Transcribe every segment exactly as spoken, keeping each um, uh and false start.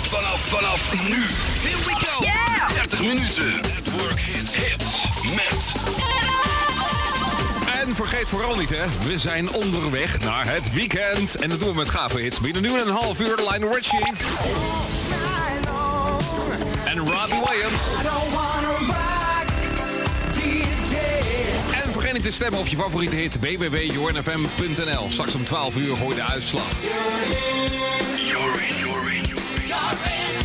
Vanaf, vanaf nu. Here we go. Yeah. dertig minuten. Network hits. Hits met... En vergeet vooral niet, hè. We zijn onderweg naar het weekend. En dat doen we met gave hits. Binnen nu een half uur Lionel Richie. En Robbie Williams. En vergeet niet te stemmen op je favoriete hit. w w w punt jorin f m punt n l. Straks om twaalf uur hoor je de uitslag. Jorin, Jorin, Jorin.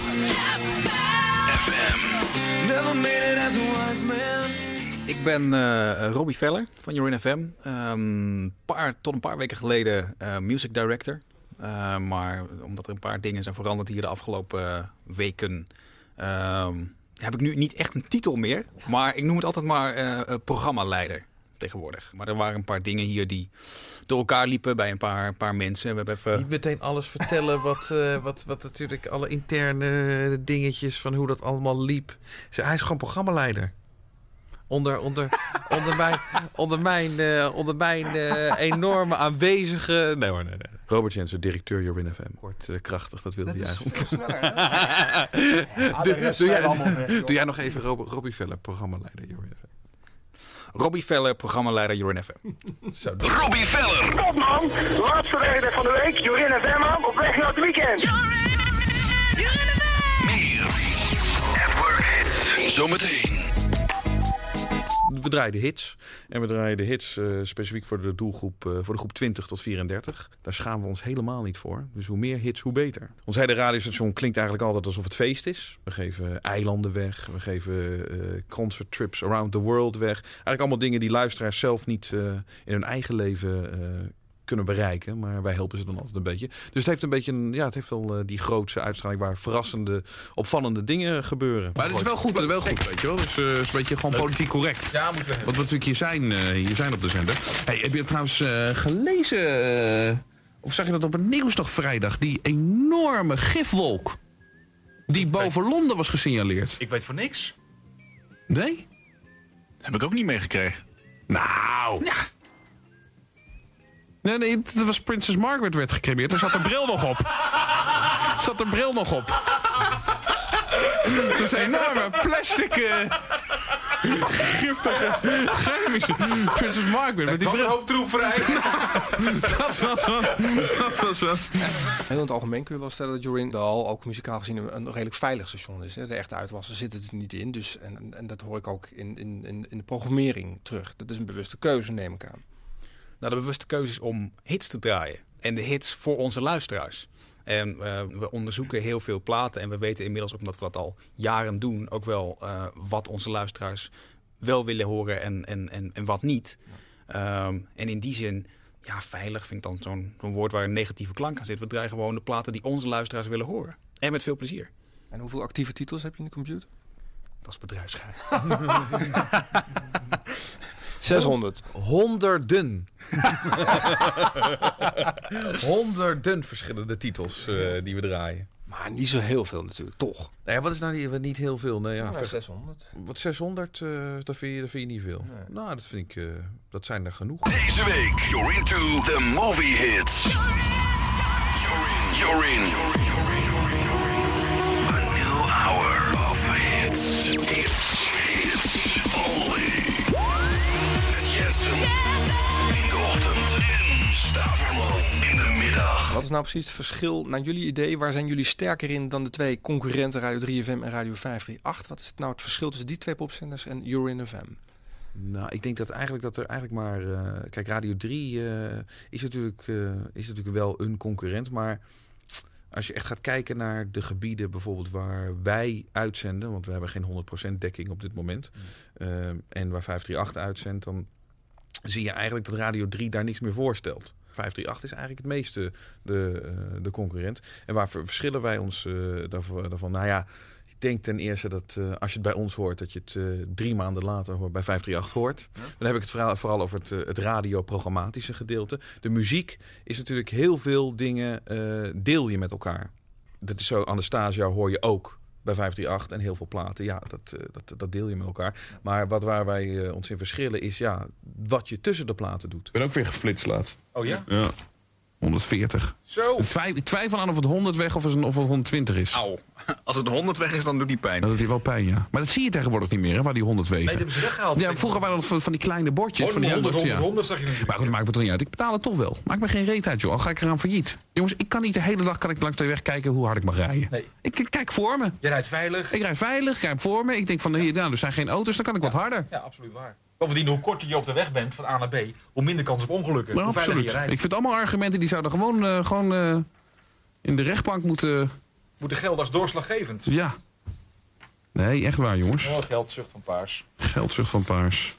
F M. Never made it as a wise man. Ik ben uh, Robbie Feller van Jorin F M. Um, paar, tot een paar weken geleden uh, music director. Uh, maar omdat er een paar dingen zijn veranderd hier de afgelopen uh, weken... Uh, heb ik nu niet echt een titel meer. Maar ik noem het altijd maar uh, programmaleider tegenwoordig. Maar er waren een paar dingen hier die door elkaar liepen bij een paar, paar mensen. We hebben even... Niet meteen alles vertellen wat, uh, wat, wat natuurlijk alle interne dingetjes van hoe dat allemaal liep. Hij is gewoon programmaleider. Onder, onder, onder mijn, onder mijn, uh, onder mijn uh, enorme aanwezige... Nee hoor, nee, nee. Robert Jensen, directeur Jorin F M. Wordt uh, krachtig, dat wilde hij eigenlijk. Veel sneller, hè? Ja, de rest doe, zijn jij, allemaal weg, doe jij nog even Rob, Robbie Feller, programmaleider Jorin F M. Robbie Feller, programmaleider Jorin F M. Zo, Robbie Feller. Top man, laatste reden van de week. Jorin F M aan, op weg naar het weekend. Jorin, Jorin F M. Meer Network hits. Zometeen. We draaien de hits. En we draaien de hits uh, specifiek voor de doelgroep, uh, voor de groep twintig tot vierendertig. Daar schamen we ons helemaal niet voor. Dus hoe meer hits, hoe beter. Ons hele radiostation klinkt eigenlijk altijd alsof het feest is. We geven eilanden weg. We geven uh, concert trips around the world weg. Eigenlijk allemaal dingen die luisteraars zelf niet uh, in hun eigen leven uh, kunnen bereiken. Maar wij helpen ze dan altijd een beetje. Dus het heeft een beetje een, ja, het heeft wel uh, die grootse uitstraling waar verrassende, opvallende dingen gebeuren. Maar het is wel goed, maar wel goed, weet je wel. Dus uh, het is een beetje gewoon politiek correct. Ja, moet we hebben. Wat we natuurlijk hier zijn, uh, hier zijn op de zender. Hey, heb je trouwens uh, gelezen, uh, of zag je dat op het nieuws nog vrijdag? Die enorme gifwolk die boven Londen was gesignaleerd. Ik weet van niks. Nee? Heb ik ook niet meegekregen. Nou... Ja. Nee, nee, dat was Prinses Margaret werd gecremeerd. Er zat een bril nog op. Er zat een bril nog op. Dat is een enorme plastic... Uh, giftige, chemische Prinses Margaret. Met die bril. Een hoop troep vrij. Dat was wat. Dat was wat. Heel in het algemeen kun je wel stellen dat Jorin al ook muzikaal gezien een redelijk veilig station is. Hè? De echte uitwassen zitten er niet in. Dus, en, en dat hoor ik ook in, in, in de programmering terug. Dat is een bewuste keuze, neem ik aan. Nou, de bewuste keuze is om hits te draaien. En de hits voor onze luisteraars. En uh, we onderzoeken heel veel platen. En we weten inmiddels, omdat we dat al jaren doen, ook wel uh, wat onze luisteraars wel willen horen en, en, en, en wat niet. Ja. Um, en in die zin, ja, veilig vind ik dan zo'n, zo'n woord waar een negatieve klank aan zit. We draaien gewoon de platen die onze luisteraars willen horen. En met veel plezier. En hoeveel actieve titels heb je in de computer? Dat is bedrijfsgeheim. zeshonderd. Honderden. Honderden verschillende titels uh, die we draaien. Maar niet zo heel veel natuurlijk, toch? Nou ja, wat is nou niet, niet heel veel? Nee, ja, ja, ver... zeshonderd. Wat zeshonderd, uh, dat, vind je, dat vind je niet veel. Nee. Nou, dat vind ik, uh, dat zijn er genoeg. Deze week, you're into the movie hits. Jorin, Jorin. A new hour of hits. Hits, hits, only. Met Jensen. In de ochtend. In Staverman. In de middag. Wat is nou precies het verschil, naar jullie idee, waar zijn jullie sterker in dan de twee concurrenten Radio drie F M en Radio vijf drie acht? Wat is het nou het verschil tussen die twee popzenders en Jorin F M? Nou, ik denk dat eigenlijk dat er eigenlijk maar... Uh, kijk, Radio drie uh, is, natuurlijk, uh, is natuurlijk wel een concurrent, maar als je echt gaat kijken naar de gebieden bijvoorbeeld waar wij uitzenden, want we hebben geen honderd procent dekking op dit moment, mm. uh, en waar vijf drie acht uitzendt, dan zie je eigenlijk dat Radio drie daar niks meer voorstelt. vijf drie acht is eigenlijk het meeste de, uh, de concurrent. En waar verschillen wij ons uh, daarvan, daarvan? Nou ja, ik denk ten eerste dat uh, als je het bij ons hoort, dat je het uh, drie maanden later hoort, bij vijf drie acht hoort. Ja. Dan heb ik het vooral, vooral over het, uh, het radioprogrammatische gedeelte. De muziek is natuurlijk heel veel dingen uh, deel je met elkaar. Dat is zo, Anastasia hoor je ook bij vijf drie acht en heel veel platen. Ja, dat, uh, dat, dat deel je met elkaar. Maar wat waar wij uh, ons in verschillen is ja, wat je tussen de platen doet. Ik ben ook weer geflitst laatst. Oh ja? Ja. honderdveertig. Zo. Ik twijfel, ik twijfel aan of het honderd weg of, of het honderdtwintig is. Auw. Als het honderd weg is, dan doet die pijn. Dat doet hij wel pijn, ja. Maar dat zie je tegenwoordig niet meer, hè, waar die honderd wegen. Nee, dat hebben ze weggehaald. Ja, vroeger waren dat van, van die kleine bordjes. Oh, van die honderd, auto's, honderd, ja. honderd zag je natuurlijk. Maar goed, dat maakt me toch niet uit. Ik betaal het toch wel. Maakt me geen reet uit, joh. Al ga ik eraan failliet. Jongens, ik kan niet de hele dag kan ik langs de weg kijken hoe hard ik mag rijden. Nee. Ik, ik kijk voor me. Je rijdt veilig. Ik rijd veilig, ik rijd voor me. Ik denk van, hier, nou, er zijn geen auto's, dan kan ik wat harder. Ja, absoluut waar. Bovendien, hoe korter je op de weg bent van A naar B, hoe minder kans op ongelukken. Maar hoe veiliger absoluut. je Ik rijdt. vind allemaal argumenten die zouden gewoon, uh, gewoon uh, in de rechtbank moeten... Moet de geld als doorslaggevend. Ja. Nee, echt waar, jongens. Oh, geldzucht van Paars. Geldzucht van Paars.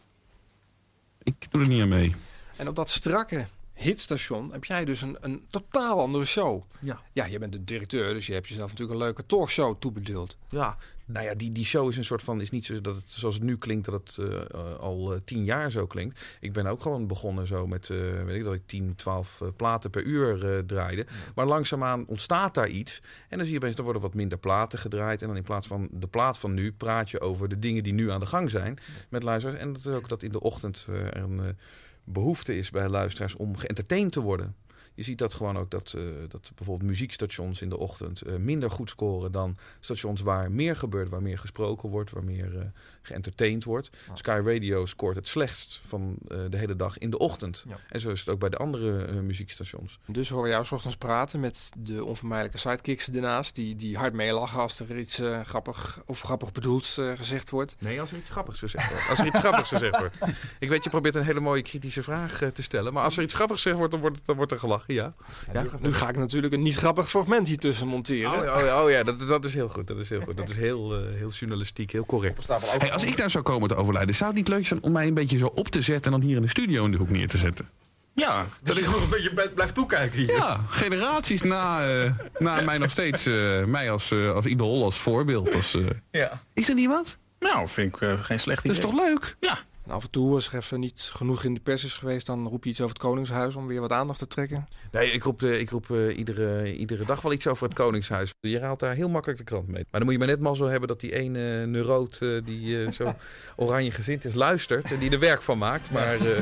Ik doe er niet aan mee. En op dat strakke hitstation heb jij dus een, een totaal andere show. Ja. Ja, je bent de directeur, dus je hebt jezelf natuurlijk een leuke talkshow toebedeeld. Ja, nou ja, die, die show is een soort van, is niet zo dat het zoals het nu klinkt, dat het uh, al uh, tien jaar zo klinkt. Ik ben ook gewoon begonnen zo met, uh, weet ik dat ik tien, twaalf uh, platen per uur uh, draaide. Ja. Maar langzaamaan ontstaat daar iets. En dan zie je opeens, er worden wat minder platen gedraaid. En dan in plaats van de plaat van nu, praat je over de dingen die nu aan de gang zijn met luisteraars. En dat is ook dat in de ochtend uh, er een uh, behoefte is bij luisteraars om geëntertained te worden. Je ziet dat gewoon ook dat, uh, dat bijvoorbeeld muziekstations in de ochtend uh, minder goed scoren dan stations waar meer gebeurt, waar meer gesproken wordt, waar meer uh, geëntertained wordt. Ja. Sky Radio scoort het slechtst van uh, de hele dag in de ochtend. Ja. En zo is het ook bij de andere uh, muziekstations. Dus horen we jou 's ochtends praten met de onvermijdelijke sidekicks ernaast, die, die hard meelachen als er iets uh, grappig of grappig bedoeld uh, gezegd wordt. Nee, als er iets grappigs gezegd wordt. Als er iets grappigs gezegd wordt. Ik weet, je probeert een hele mooie kritische vraag uh, te stellen, maar als er iets grappigs gezegd wordt, dan wordt, dan wordt er gelachen. Ja. Ja, nu, nu ga ik natuurlijk een niet grappig fragment hier tussen monteren. Oh, oh, oh ja, dat, dat is heel goed. Dat is heel goed. Dat is heel, uh, heel journalistiek, heel correct. Hey, als ik nou zou komen te overlijden, zou het niet leuk zijn om mij een beetje zo op te zetten en dan hier in de studio in de hoek neer te zetten? Ja, dat ik gewoon een beetje blijf toekijken hier. Ja, generaties na, uh, na mij nog steeds, uh, mij als, uh, als idool, als voorbeeld. Als, uh... Ja. Is er niet wat? Nou, vind ik uh, geen slecht idee. Dat is toch leuk? Ja. En af en toe, als er even niet genoeg in de pers is geweest, dan roep je iets over het Koningshuis om weer wat aandacht te trekken. Nee, ik roep, de, ik roep uh, iedere, iedere dag wel iets over het Koningshuis. Je haalt daar heel makkelijk de krant mee. Maar dan moet je maar net mazzel hebben dat die ene neuroot uh, die uh, zo oranje gezind is, luistert en die er werk van maakt. Maar, uh...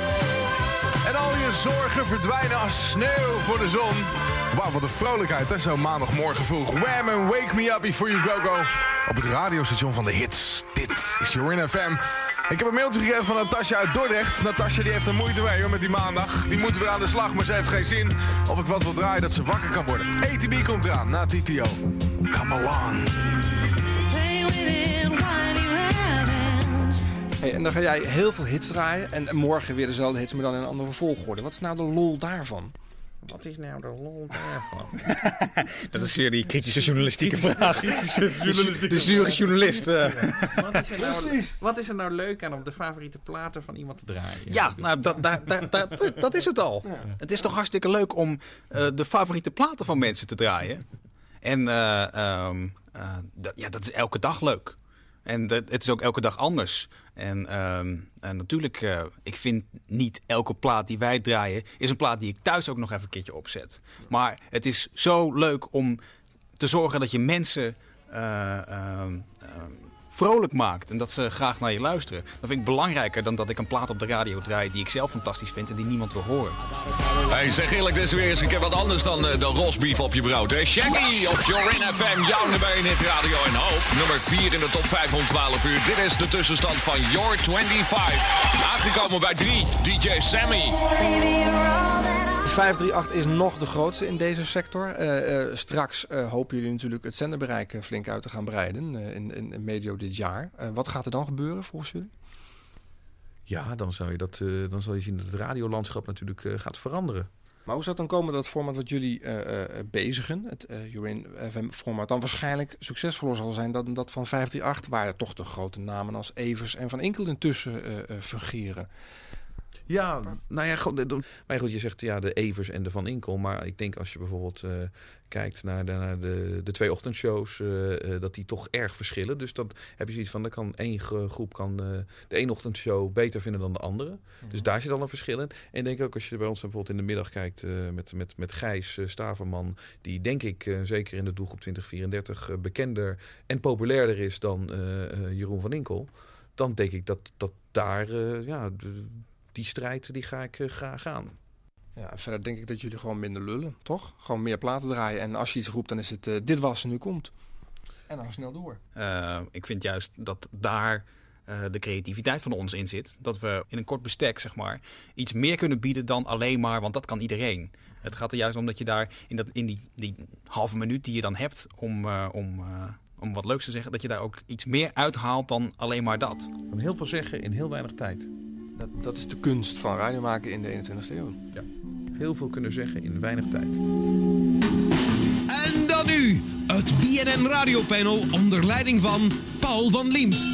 En al je zorgen verdwijnen als sneeuw voor de zon. Wauw, wat een vrolijkheid, hè? Zo maandagmorgen vroeg. Wham and Wake Me Up Before You Go Go. Op het radiostation van de hits. Dit is Jorin F M. Ik heb een mailtje gegeven van Natasja uit Dordrecht. Natasja die heeft er moeite mee hoor, met die maandag. Die moet weer aan de slag, maar ze heeft geen zin. Of ik wat wil draaien dat ze wakker kan worden. A T B komt eraan, na T T O. Come along. Hey, en dan ga jij heel veel hits draaien. En morgen weer dezelfde hits, maar dan in een andere volgorde. Wat is nou de lol daarvan? Wat is nou de lol daarvan? Dat is weer die kritische journalistieke vraag. journalistieke de zure journalist. Uh. Wat, is er nou, wat is er nou leuk aan om de favoriete platen van iemand te draaien? Ja, nou, dat, dat, dat, dat, dat is het al. Ja. Het is toch hartstikke leuk om uh, de favoriete platen van mensen te draaien. En uh, um, uh, dat, ja, dat is elke dag leuk. En dat, het is ook elke dag anders. En, um, en natuurlijk, uh, ik vind niet elke plaat die wij draaien is een plaat die ik thuis ook nog even een keertje opzet. Maar het is zo leuk om te zorgen dat je mensen uh, uh, uh, vrolijk maakt. En dat ze graag naar je luisteren. Dat vind ik belangrijker dan dat ik een plaat op de radio draai die ik zelf fantastisch vind en die niemand wil horen. Hey, zeg eerlijk, dit is weer eens een keer wat anders dan uh, de rosbief op je brood. Hè? Shaggy op Jorin F M, jouw nummer één hit radio en hoop. Nummer vier in de top vijf om twaalf uur. Dit is de tussenstand van Your vijfentwintig. Aangekomen bij drie, D J Sammy. vijf drie acht is nog de grootste in deze sector. Uh, uh, straks uh, hopen jullie natuurlijk het zenderbereik uh, flink uit te gaan breiden uh, in, in, in medio dit jaar. Uh, wat gaat er dan gebeuren volgens jullie? Ja, dan, zou je dat, uh, dan zal je zien dat het radiolandschap natuurlijk uh, gaat veranderen. Maar hoe zou het dan komen dat het format wat jullie uh, uh, bezigen, het uh, Jorin F M-format, dan waarschijnlijk succesvoller zal zijn dan dat van vijf drie acht, waar toch de grote namen als Evers en Van Inkel intussen uh, uh, fungeren? Ja, nou ja, goed, maar goed, je zegt ja, de Evers en de Van Inkel. Maar ik denk als je bijvoorbeeld uh, kijkt naar de, naar de, de twee ochtendshows, uh, uh, dat die toch erg verschillen. Dus dan heb je zoiets van, dan kan één groep kan, uh, de één ochtendshow beter vinden dan de andere. Mm. Dus daar zit al een verschil in. En ik denk ook als je bij ons bijvoorbeeld in de middag kijkt uh, met, met, met Gijs uh, Staverman, die denk ik uh, zeker in de doelgroep twintig vierendertig uh, bekender en populairder is dan uh, uh, Jeroen Van Inkel. Dan denk ik dat, dat daar, uh, ja... De, die strijd die ga ik uh, graag aan. Ja, verder denk ik dat jullie gewoon minder lullen, toch? Gewoon meer platen draaien. En als je iets roept, dan is het uh, dit was en nu komt. En dan snel door. Uh, ik vind juist dat daar uh, de creativiteit van ons in zit. Dat we in een kort bestek, zeg maar, iets meer kunnen bieden dan alleen maar, want dat kan iedereen. Het gaat er juist om dat je daar in, dat, in die, die halve minuut die je dan hebt om, uh, om, uh, om wat leuks te zeggen, dat je daar ook iets meer uithaalt dan alleen maar dat. Je kan heel veel zeggen in heel weinig tijd. Dat, dat is de kunst van radio maken in de eenentwintigste eeuw. Ja. Heel veel kunnen zeggen in weinig tijd. En dan nu het B N N Radiopanel onder leiding van Paul van Liemt.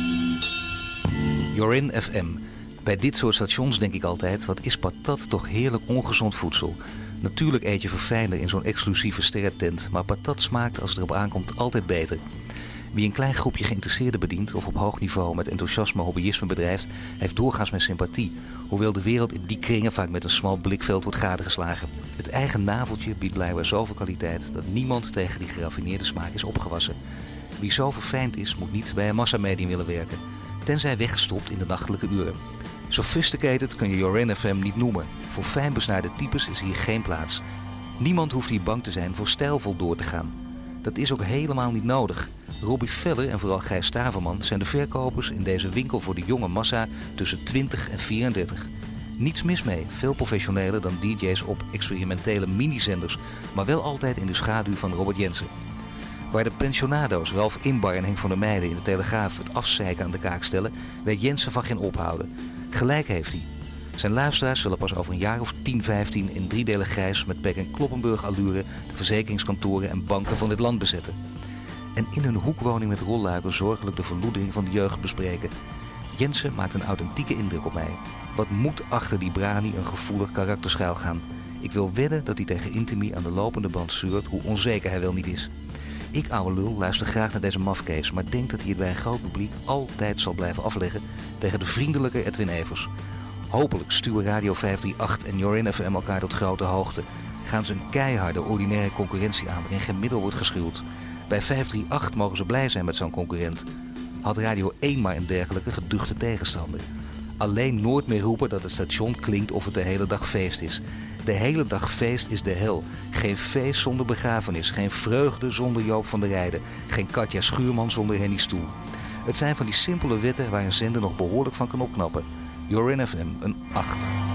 Jorin F M. Bij dit soort stations denk ik altijd, wat is patat toch heerlijk ongezond voedsel. Natuurlijk eet je verfijnder in zo'n exclusieve sterrentent, maar patat smaakt als het erop aankomt altijd beter. Wie een klein groepje geïnteresseerden bedient of op hoog niveau met enthousiasme hobbyisme bedrijft, heeft doorgaans mijn sympathie. Hoewel de wereld in die kringen vaak met een smal blikveld wordt gadegeslagen. Het eigen naveltje biedt blijkbaar zoveel kwaliteit dat niemand tegen die geraffineerde smaak is opgewassen. Wie zo verfijnd is, moet niet bij een massamedium willen werken, tenzij weggestopt in de nachtelijke uren. Sophisticated kun je Jorin F M niet noemen. Voor fijn besnaarde types is hier geen plaats. Niemand hoeft hier bang te zijn voor stijlvol door te gaan. Dat is ook helemaal niet nodig. Robbie Veller en vooral Gijs Staverman zijn de verkopers in deze winkel voor de jonge massa tussen twintig en vierendertig. Niets mis mee, veel professioneler dan D J's op experimentele minizenders, maar wel altijd in de schaduw van Robert Jensen. Waar de pensionado's Ralf Inbar en Henk van der Meijden in de Telegraaf het afzeiken aan de kaak stellen, weet Jensen van geen ophouden. Gelijk heeft hij. Zijn luisteraars zullen pas over een jaar of tien, vijftien in driedelig grijs met Beck en Kloppenburg allure de verzekeringskantoren en banken van dit land bezetten. En in hun hoekwoning met rolluiken zorgelijk de verloedering van de jeugd bespreken. Jensen maakt een authentieke indruk op mij. Wat moet achter die brani een gevoelig karakter schuil gaan? Ik wil wedden dat hij tegen Intimi aan de lopende band zeurt hoe onzeker hij wel niet is. Ik, ouwe lul, luister graag naar deze mafkees, maar denk dat hij het bij een groot publiek altijd zal blijven afleggen tegen de vriendelijke Edwin Evers. Hopelijk stuwen Radio vijf drie acht en Jorin F M elkaar tot grote hoogte. Gaan ze een keiharde, ordinaire concurrentie aan waarin geen middel wordt geschuwd. Bij vijf drie acht mogen ze blij zijn met zo'n concurrent. Had Radio één maar een dergelijke geduchte tegenstander. Alleen nooit meer roepen dat het station klinkt of het de hele dag feest is. De hele dag feest is de hel. Geen feest zonder begrafenis. Geen vreugde zonder Joop van der Rijden. Geen Katja Schuurman zonder Henny Stoel. Het zijn van die simpele wetten waar een zender nog behoorlijk van kan opknappen. Jorin F M, een acht.